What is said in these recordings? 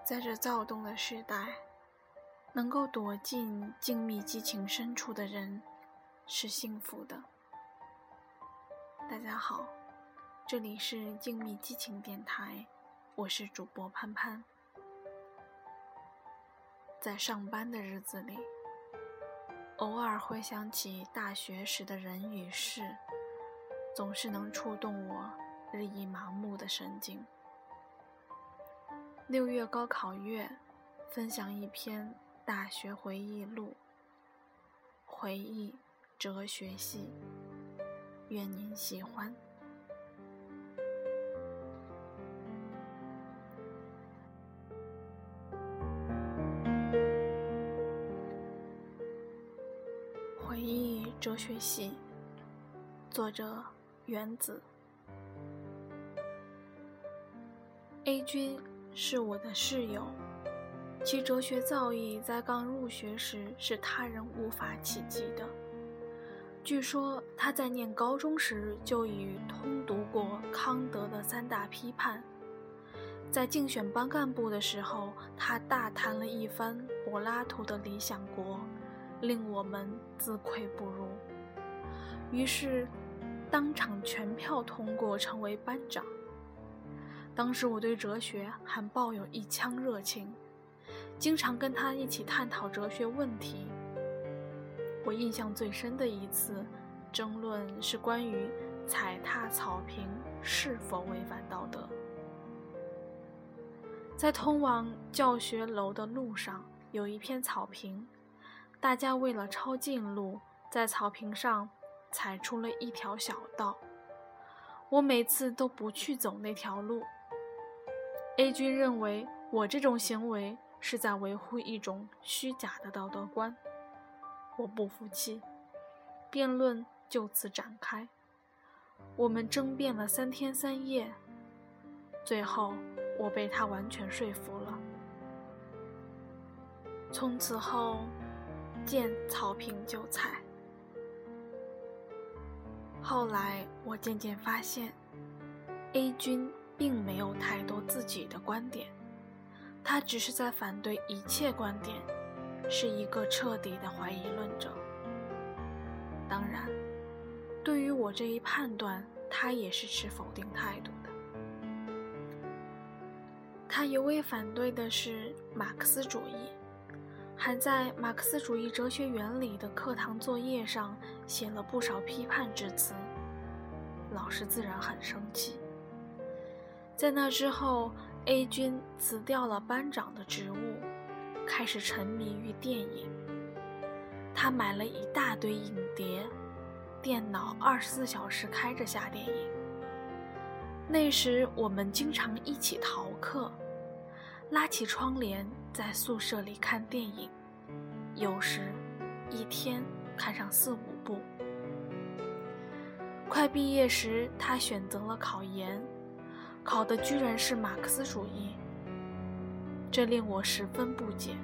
在这躁动的时代，能够躲进静谧激情深处的人是幸福的。大家好，这里是静谧激情电台，我是主播潘潘。在上班的日子里，偶尔回想起大学时的人与事，总是能触动我日益麻木的神经。6月高考月，分享一篇大学回忆录，回忆哲学系，愿您喜欢。回忆哲学系，作者原子。A 君是我的室友，其哲学造诣在刚入学时是他人无法企及的。据说他在念高中时就已通读过康德的3大批判，在竞选班干部的时候，他大谈了一番柏拉图的理想国，令我们自愧不如。于是当场全票通过成为班长。当时我对哲学还抱有一腔热情，经常跟他一起探讨哲学问题。我印象最深的一次争论是关于踩踏草坪是否违反道德。在通往教学楼的路上有一片草坪，大家为了抄近路，在草坪上踩出了一条小道。我每次都不去走那条路。A 君认为我这种行为是在维护一种虚假的道德观，我不服气，辩论就此展开。我们争辩了3天3夜，最后我被他完全说服了。从此后，见草坪就踩。后来我渐渐发现 A 君并没有太多自己的观点，他只是在反对一切观点，是一个彻底的怀疑论者。当然，对于我这一判断，他也是持否定态度的。他尤为反对的是马克思主义，还在《马克思主义哲学原理》的课堂作业上写了不少批判之词，老师自然很生气。在那之后 A 君辞掉了班长的职务，开始沉迷于电影。他买了一大堆影碟，电脑24小时开着下电影。那时我们经常一起逃课，拉起窗帘在宿舍里看电影，有时一天看上4-5部。快毕业时，他选择了考研，考的居然是马克思主义，这令我十分不解。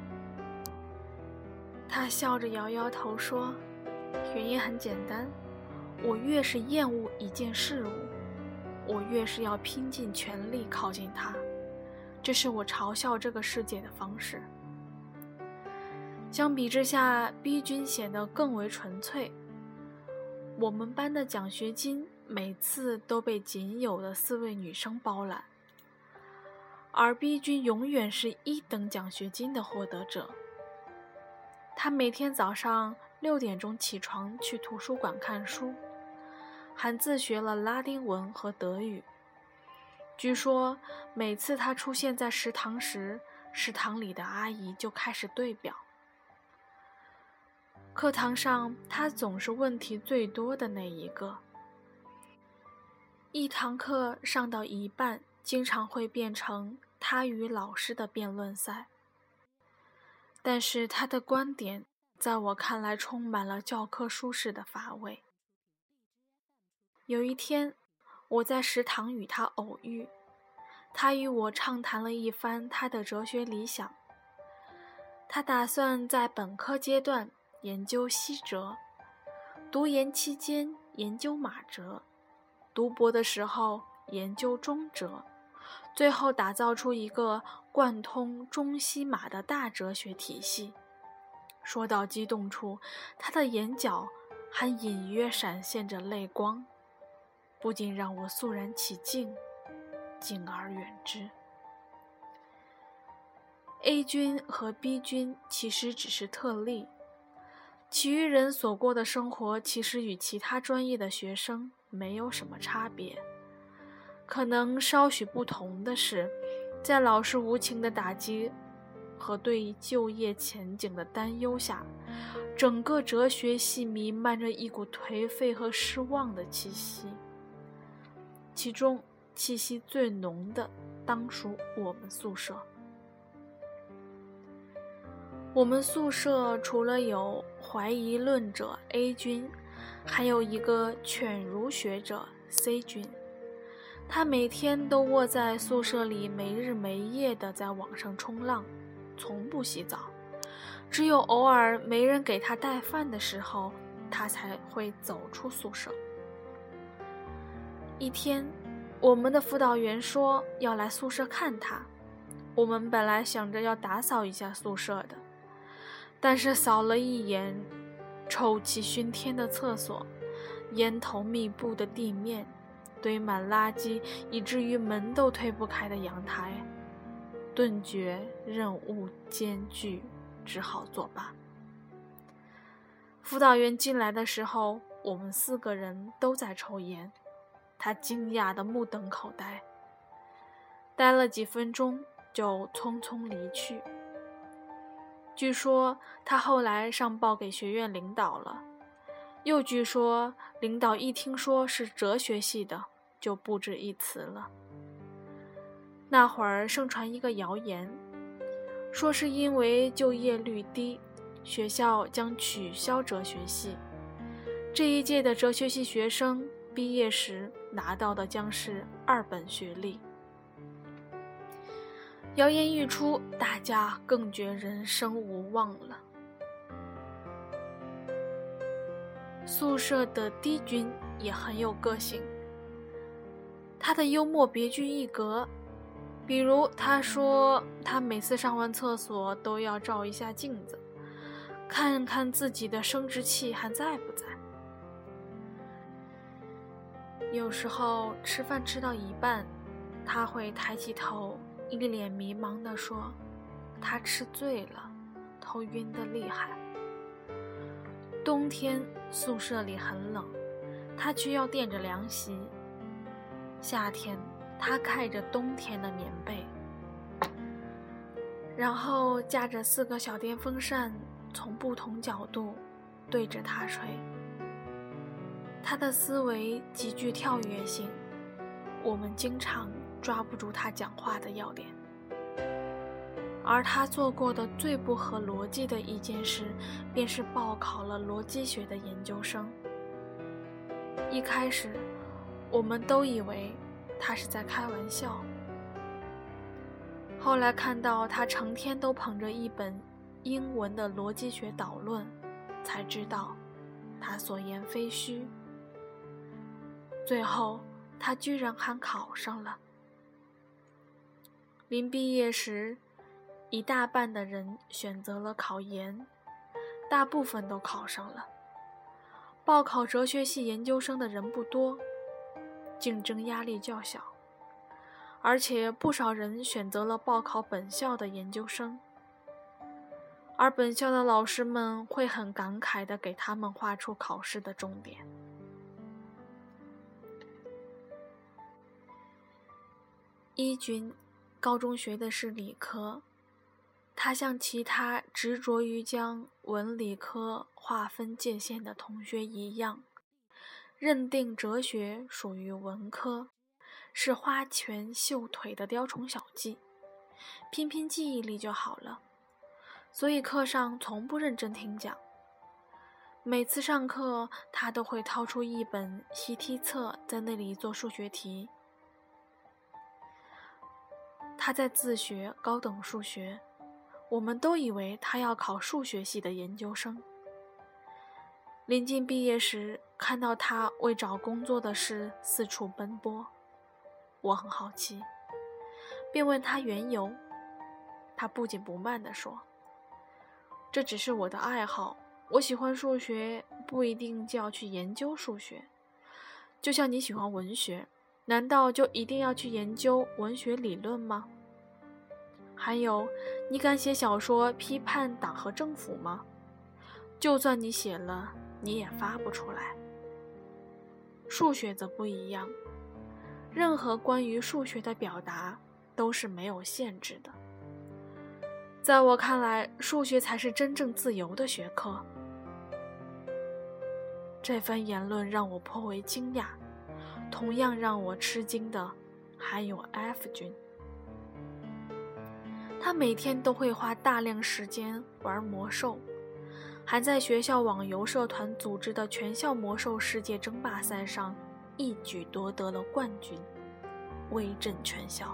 他笑着摇摇头说，原因很简单，我越是厌恶一件事物，我越是要拼尽全力靠近它，这是我嘲笑这个世界的方式。相比之下 B 君显得更为纯粹。我们班的奖学金每次都被仅有的4位女生包揽，而 B 君永远是1等奖学金的获得者。他每天早上6点钟起床去图书馆看书，还自学了拉丁文和德语。据说每次他出现在食堂时，食堂里的阿姨就开始对表。课堂上他总是问题最多的那一个，一堂课上到一半，经常会变成他与老师的辩论赛。但是他的观点在我看来充满了教科书式的乏味。有一天我在食堂与他偶遇，他与我畅谈了一番他的哲学理想。他打算在本科阶段研究西哲，读研期间研究马哲，读博的时候研究中哲， 最后打造出一个贯通中西马的大哲学体系。说到激动处，他的眼角还隐约闪现着泪光，不禁让我肃然起敬，敬而远之。A 君和 B 君其实只是特例，其余人所过的生活其实与其他专业的学生没有什么差别。可能稍许不同的是，在老师无情的打击和对就业前景的担忧下，整个哲学系弥漫着一股颓废和失望的气息。其中气息最浓的当属我们宿舍。我们宿舍除了有怀疑论者 A 君，还有一个犬儒学者 C 君。他每天都窝在宿舍里没日没夜地在网上冲浪，从不洗澡，只有偶尔没人给他带饭的时候，他才会走出宿舍。一天，我们的辅导员说要来宿舍看他，我们本来想着要打扫一下宿舍的，但是扫了一眼臭气熏天的厕所，烟头密布的地面，堆满垃圾以至于门都推不开的阳台，顿觉任务艰巨，只好作罢。辅导员进来的时候，我们4个人都在抽烟，他惊讶得目瞪口呆，待了几分钟就匆匆离去。据说他后来上报给学院领导了，又据说领导一听说是哲学系的，就不止一词了。那会儿盛传一个谣言，说是因为就业率低，学校将取消哲学系，这一届的哲学系学生毕业时拿到的将是2本学历。谣言一出，大家更觉人生无望了。宿舍的 D 君也很有个性，他的幽默别具一格。比如他说他每次上完厕所都要照一下镜子，看看自己的生殖器还在不在。有时候吃饭吃到一半，他会抬起头，一脸迷茫地说他吃醉了，头晕得厉害。冬天宿舍里很冷，他却要垫着凉席。夏天他盖着冬天的棉被，然后架着4个小电风扇，从不同角度对着他吹。他的思维极具跳跃性，我们经常抓不住他讲话的要点。而他做过的最不合逻辑的一件事，便是报考了逻辑学的研究生。一开始我们都以为他是在开玩笑，后来看到他成天都捧着一本英文的逻辑学导论，才知道他所言非虚。最后他居然还考上了。临毕业时，一大半的人选择了考研，大部分都考上了。报考哲学系研究生的人不多，竞争压力较小，而且不少人选择了报考本校的研究生，而本校的老师们会很感慨地给他们画出考试的重点。一军高中学的是理科，他像其他执着于将文理科划分界限的同学一样，认定哲学属于文科，是花拳绣腿的雕虫小技，拼拼记忆力就好了，所以课上从不认真听讲。每次上课，他都会掏出一本习题册，在那里做数学题。他在自学高等数学，我们都以为他要考数学系的研究生。临近毕业时，看到他为找工作的事四处奔波，我很好奇， 便问他缘由。他不紧不慢地说：“这只是我的爱好，我喜欢数学，不一定就要去研究数学。就像你喜欢文学，难道就一定要去研究文学理论吗？还有，你敢写小说批判党和政府吗？就算你写了，你也发不出来。数学则不一样，任何关于数学的表达都是没有限制的。在我看来，数学才是真正自由的学科。”这番言论让我颇为惊讶，同样让我吃惊的还有 F 君。他每天都会花大量时间玩魔兽，还在学校网游社团组织的全校魔兽世界争霸赛上一举夺得了冠军，威震全校。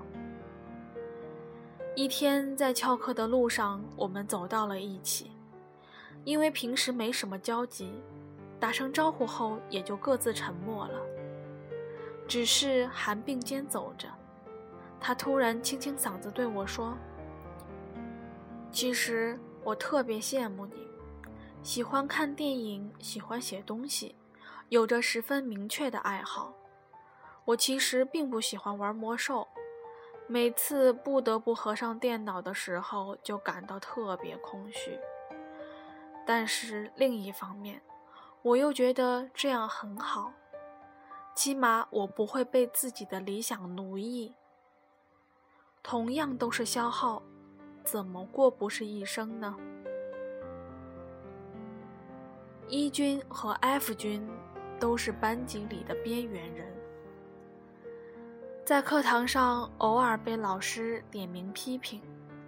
一天在翘课的路上，我们走到了一起，因为平时没什么交集，打声招呼后也就各自沉默了，只是还并肩走着。他突然清清嗓子对我说：“其实我特别羡慕你，喜欢看电影，喜欢写东西，有着十分明确的爱好。我其实并不喜欢玩魔兽，每次不得不合上电脑的时候就感到特别空虚。但是另一方面，我又觉得这样很好，起码我不会被自己的理想奴役。同样都是消耗，怎么过不是一生呢？”E君和 F 君都是班级里的边缘人，在课堂上偶尔被老师点名批评。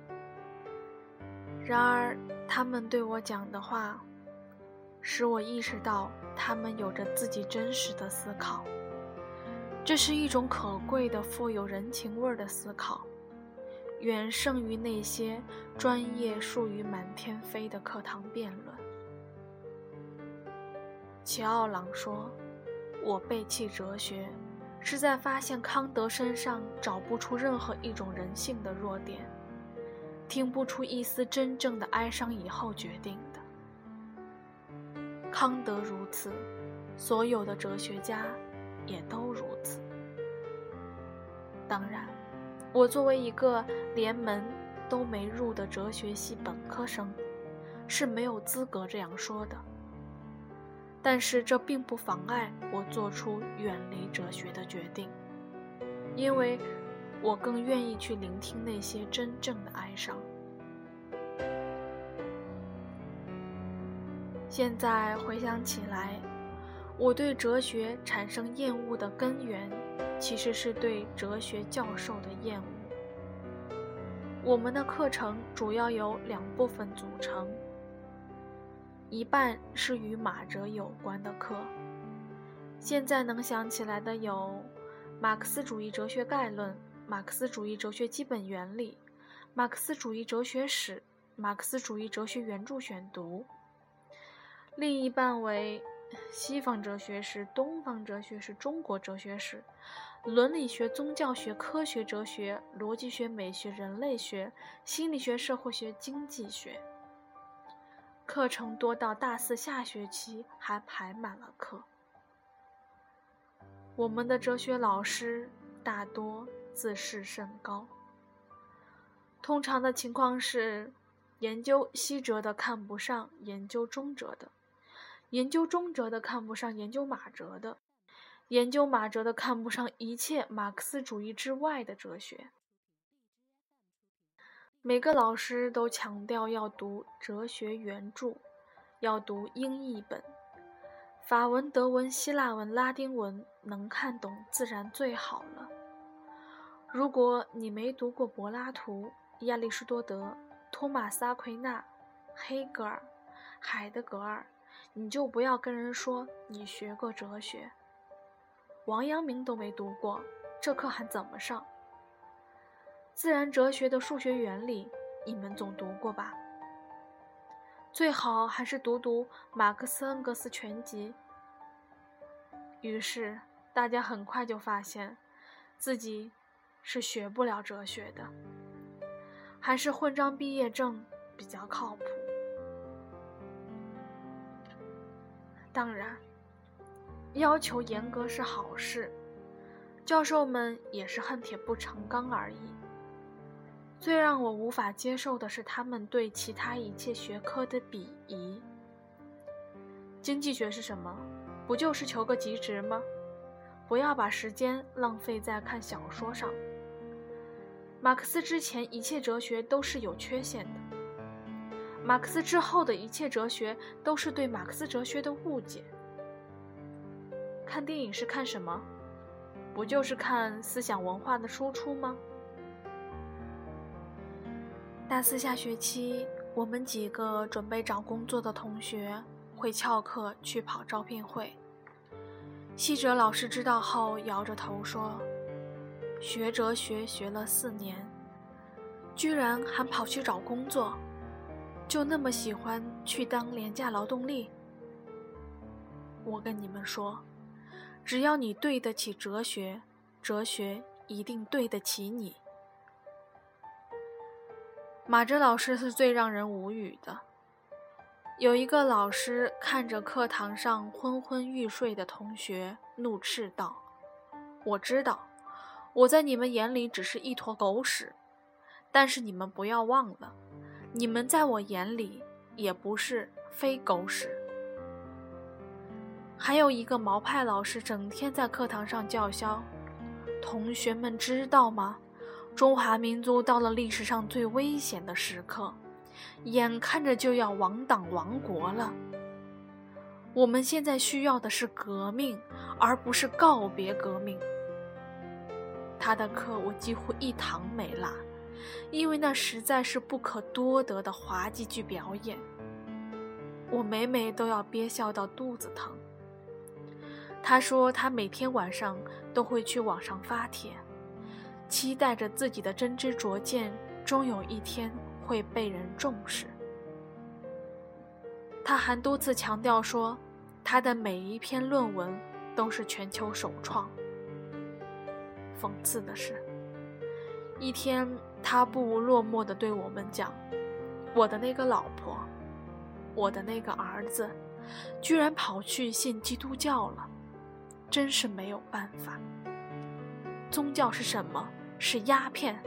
然而他们对我讲的话使我意识到他们有着自己真实的思考，这是一种可贵的富有人情味的思考，远胜于那些专业术语满天飞的课堂辩论。齐奥朗说：“我背弃哲学，是在发现康德身上找不出任何一种人性的弱点，听不出一丝真正的哀伤以后决定的。康德如此，所有的哲学家也都如此。当然，我作为一个连门都没入的哲学系本科生，是没有资格这样说的。但是这并不妨碍我做出远离哲学的决定，因为我更愿意去聆听那些真正的哀伤。现在回想起来，我对哲学产生厌恶的根源，其实是对哲学教授的厌恶。我们的课程主要由2部分组成，一半是与马哲有关的课，现在能想起来的有马克思主义哲学概论、马克思主义哲学基本原理、马克思主义哲学史、马克思主义哲学原著选读。另一半为西方哲学史、东方哲学史、中国哲学史、伦理学、宗教学、科学哲学、逻辑学、美学、人类学、心理学、社会学、经济学。课程多到大4下学期还排满了课。我们的哲学老师大多自视甚高，通常的情况是，研究西哲的看不上研究中哲的，研究中哲的看不上研究马哲的，研究马哲的看不上一切马克思主义之外的哲学。每个老师都强调要读哲学原著，要读英译本，法文、德文、希腊文、拉丁文能看懂自然最好了。如果你没读过柏拉图、亚里士多德、托马斯·阿奎那、黑格尔、海德格尔，你就不要跟人说你学过哲学。王阳明都没读过，这课还怎么上？自然哲学的数学原理你们总读过吧？最好还是读读马克思恩格斯全集。于是大家很快就发现自己是学不了哲学的，还是混张毕业证比较靠谱。当然，要求严格是好事，教授们也是恨铁不成钢而已。最让我无法接受的是他们对其他一切学科的鄙夷。经济学是什么？不就是求个极值吗？不要把时间浪费在看小说上。马克思之前一切哲学都是有缺陷的，马克思之后的一切哲学都是对马克思哲学的误解。看电影是看什么？不就是看思想文化的输出吗？大四下学期，我们几个准备找工作的同学会翘课去跑招聘会。系哲老师知道后摇着头说，学哲学学了4年，居然还跑去找工作，就那么喜欢去当廉价劳动力？我跟你们说，只要你对得起哲学，哲学一定对得起你。马哲老师是最让人无语的。有一个老师看着课堂上昏昏欲睡的同学，怒斥道，我知道我在你们眼里只是一坨狗屎，但是你们不要忘了，你们在我眼里也不是非狗屎。还有一个毛派老师整天在课堂上叫嚣，同学们知道吗？中华民族到了历史上最危险的时刻，眼看着就要亡党亡国了。我们现在需要的是革命，而不是告别革命。他的课我几乎一堂没落，因为那实在是不可多得的滑稽剧表演，我每每都要憋笑到肚子疼。他说他每天晚上都会去网上发帖，期待着自己的真知灼见终有一天会被人重视。他还多次强调说，他的每一篇论文都是全球首创。讽刺的是，一天他不无落寞地对我们讲，我的那个老婆，我的那个儿子，居然跑去信基督教了，真是没有办法。宗教是什么？是鸦片。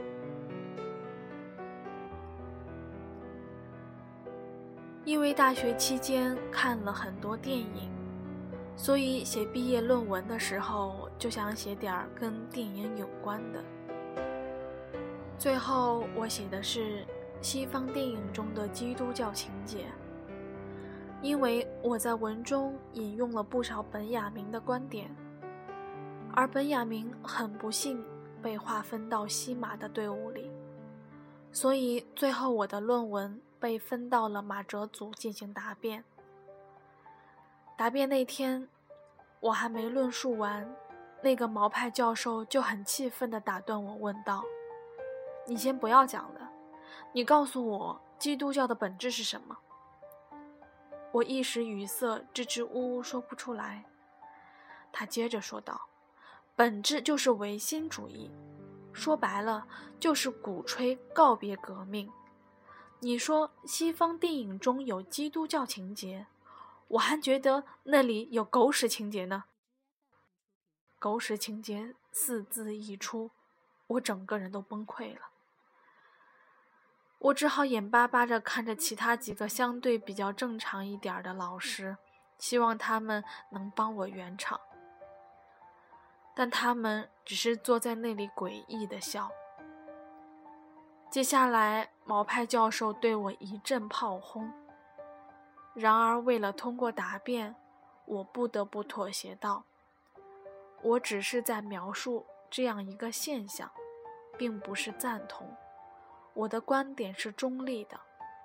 因为大学期间看了很多电影，所以写毕业论文的时候就想写点跟电影有关的。最后我写的是西方电影中的基督教情节，因为我在文中引用了不少本雅明的观点，而本雅明很不幸被划分到西马的队伍里，所以最后我的论文被分到了马哲组进行答辩。答辩那天，我还没论述完，那个毛派教授就很气愤地打断我，问道：你先不要讲了，你告诉我基督教的本质是什么？我一时语塞，支支吾吾说不出来。他接着说道：本质就是唯心主义，说白了就是鼓吹告别革命。你说西方电影中有基督教情节，我还觉得那里有狗屎情节呢。狗屎情节4字一出，我整个人都崩溃了。我只好眼巴巴地看着其他几个相对比较正常一点的老师，希望他们能帮我圆场。但他们只是坐在那里诡异地笑。接下来毛派教授对我一阵炮轰，然而为了通过答辩，我不得不妥协道，我只是在描述这样一个现象，并不是赞同，我的观点是中立的。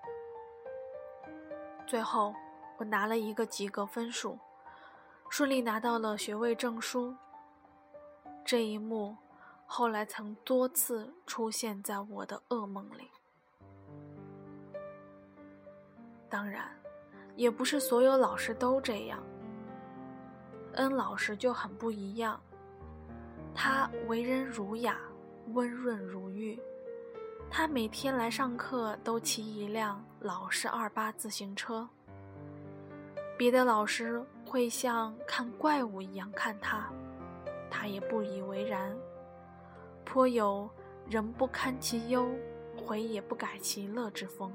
最后我拿了一个及格分数，顺利拿到了学位证书。这一幕后来曾多次出现在我的噩梦里。当然，也不是所有老师都这样。恩老师就很不一样，他为人儒雅， 温润如玉。他每天来上课都骑一辆老式28自行车，别的老师会像看怪物一样看他，他也不以为然，颇有人不堪其忧，回也不改其乐之风。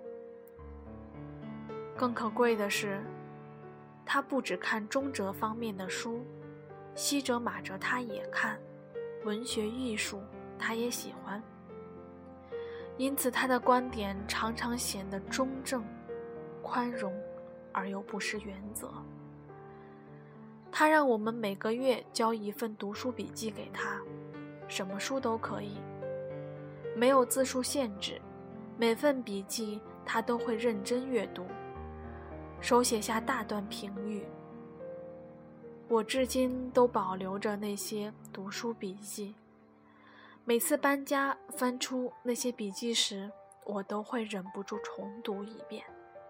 更可贵的是，他不只看中哲方面的书，西哲马哲他也看，文学艺术他也喜欢，因此他的观点常常显得中正、宽容而又不失原则。他让我们每个月交一份读书笔记给他，什么书都可以，没有字数限制，每份笔记他都会认真阅读，手写下大段评语。我至今都保留着那些读书笔记，每次搬家翻出那些笔记时，我都会忍不住重读一遍。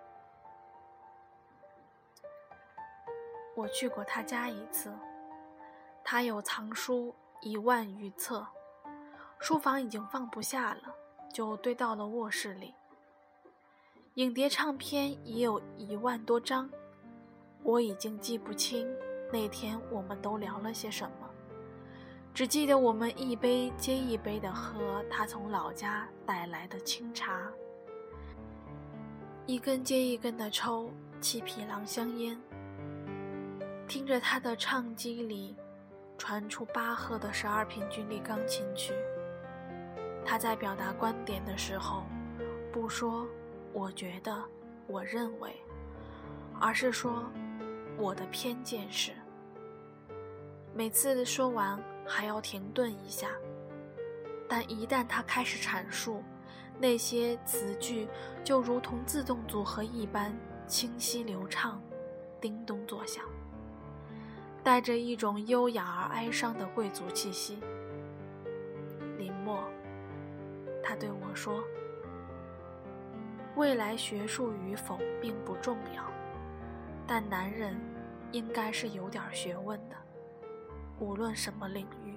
我去过他家一次，他有藏书1万余册，书房已经放不下了，就堆到了卧室里。影碟唱片也有1万多张，我已经记不清那天我们都聊了些什么，只记得我们一杯接一杯地喝他从老家带来的清茶，一根接一根地抽七匹狼香烟，听着他的唱机里传出巴赫的12平均律钢琴曲。他在表达观点的时候，不说我觉得我认为，而是说我的偏见是。每次说完还要停顿一下，但一旦他开始阐述，那些词句就如同自动组合一般清晰流畅，叮咚作响，带着一种优雅而哀伤的贵族气息。临末，他对我说，未来学术与否并不重要，但男人应该是有点学问的，无论什么领域。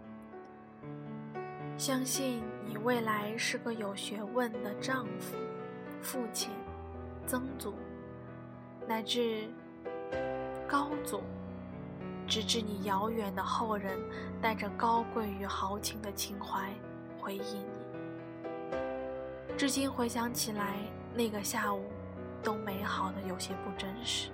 相信你未来是个有学问的丈夫、父亲、曾祖，乃至高祖，直至你遥远的后人带着高贵与豪情的情怀回忆你。至今回想起来，那个下午都美好的有些不真实。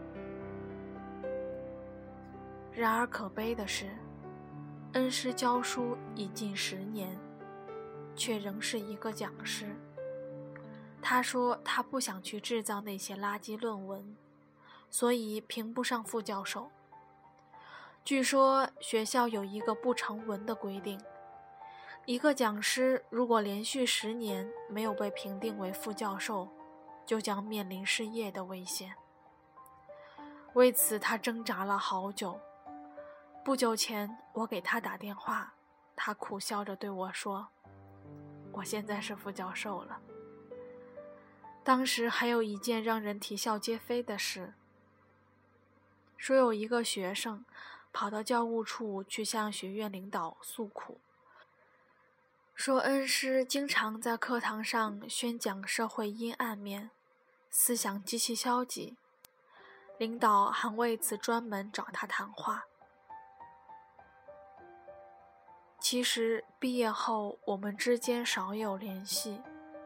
然而可悲的是，恩师教书已近10年，却仍是一个讲师。他说他不想去制造那些垃圾论文，所以评不上副教授。据说学校有一个不成文的规定，一个讲师如果连续10年没有被评定为副教授，就将面临失业的危险。为此他挣扎了好久。不久前我给他打电话，他苦笑着对我说，我现在是副教授了。当时还有一件让人啼笑皆非的事，说有一个学生跑到教务处去向学院领导诉苦，说恩师经常在课堂上宣讲社会阴暗面，思想极其消极，领导还为此专门找他谈话。其实毕业后我们之间少有联系，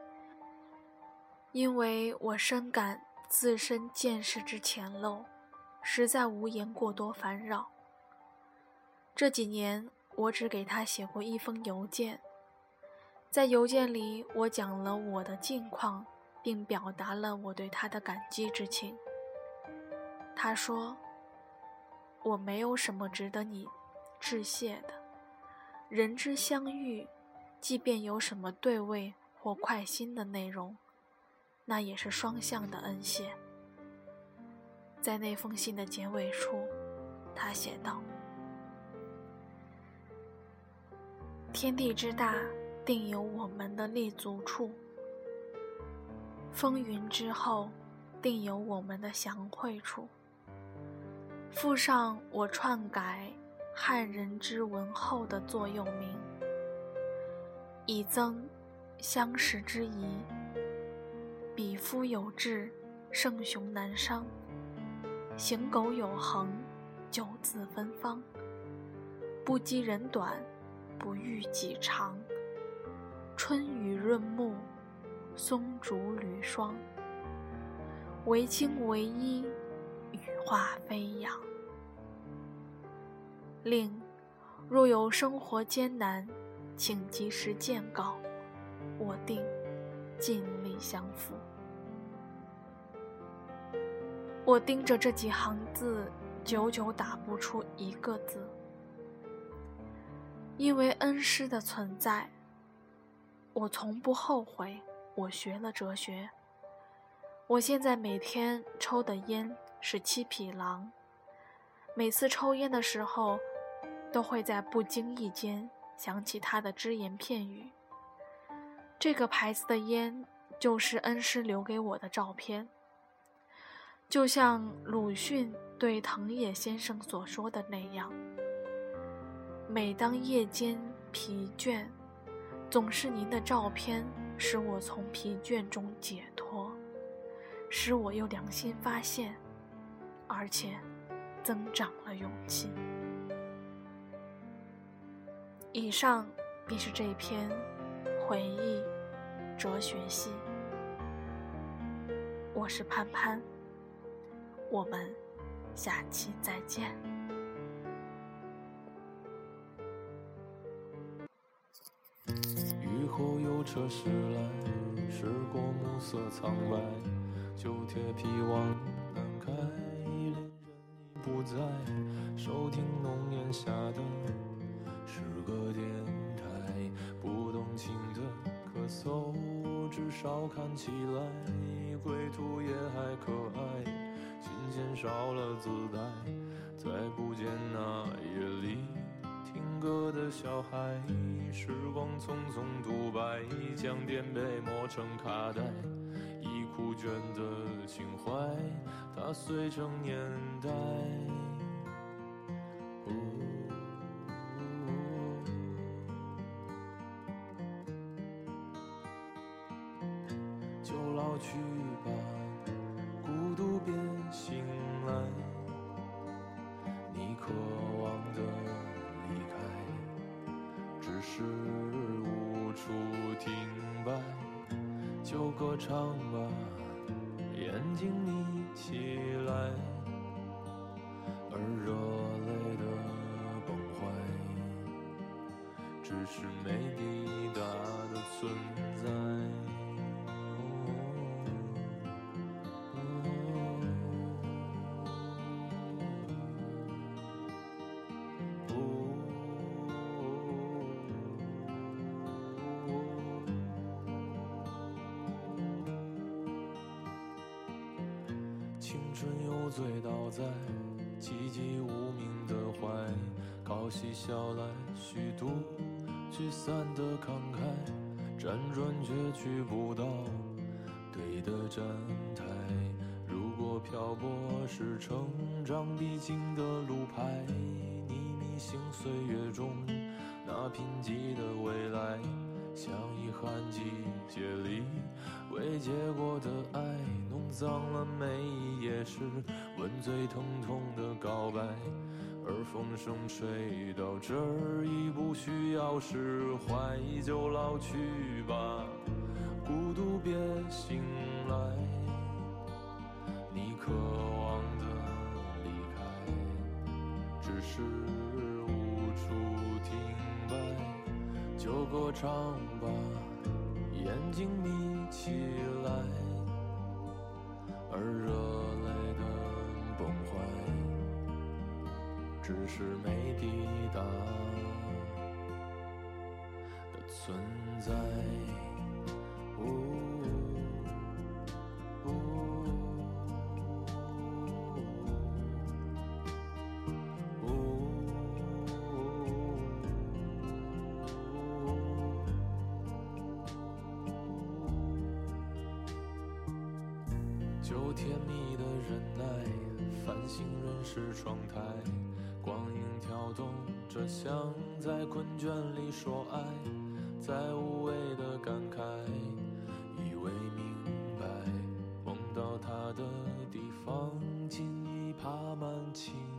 因为我深感自身见识之浅陋，实在无言过多烦扰。这几年我只给他写过1封邮件，在邮件里我讲了我的近况，并表达了我对他的感激之情。他说，我没有什么值得你致谢的，人之相遇，即便有什么对味或快心的内容，那也是双向的恩谢。在那封信的结尾处，他写道，天地之大，定有我们的立足处，风云之后，定有我们的详会处。附上我篡改汉人之文后的座右铭， 以增相识之谊。彼夫有志，胜雄难伤；行苟有恒，就自芬芳。不羁人短，不逾己长。春雨润木，松竹履霜。惟清惟一，羽化飞扬。另若有生活艰难，请及时见告，我定尽力相扶。我盯着这几行字，久久打不出一个字。因为恩师的存在，我从不后悔我学了哲学。我现在每天抽的烟是七匹狼，每次抽烟的时候，都会在不经意间想起他的只言片语。这个牌子的烟就是恩师留给我的照片，就像鲁迅对藤野先生所说的那样，每当夜间疲倦，总是您的照片使我从疲倦中解脱，使我又良心发现，而且增长了勇气。以上便是这篇回忆哲学系。我是潘潘，我们下期再见。 雨后有车驶来，驶过暮色苍白，旧铁皮往南开，恋人已不在，收听浓烟下的是个电台，不动情的咳嗽，至少看起来归途也还可爱，琴弦少了姿态，再不见那夜里听歌的小孩，时光匆匆独白，将颠沛磨成卡带，已枯卷的情怀，它碎成年代。就老去吧，孤独别醒来，你渴望的离开，只是无处停摆。就歌唱吧，眼睛眯起来，而热泪的崩坏，只是没抵达的存在。青春有醉倒在寂寂无名的怀，靠嬉笑来虚度聚散的慷慨，辗转却去不到对的站台。如果漂泊是成长必经的路牌，你迷醒岁月中那贫瘠的未来，像遗憾季节里未结果的爱，弄脏了每一页是吻最疼痛的告白，而风声吹到这儿已不需要释怀。就老去吧，孤独别醒来，你渴望的离开，只是无处停摆。就歌唱吧，眼睛眯起来，而热泪的崩坏，只是没抵达的存在。就甜蜜的忍耐，繁星润湿窗台，光影跳动着像在困倦里说爱， 在无谓的感慨，以为明白，梦到他的地方，尽已爬满青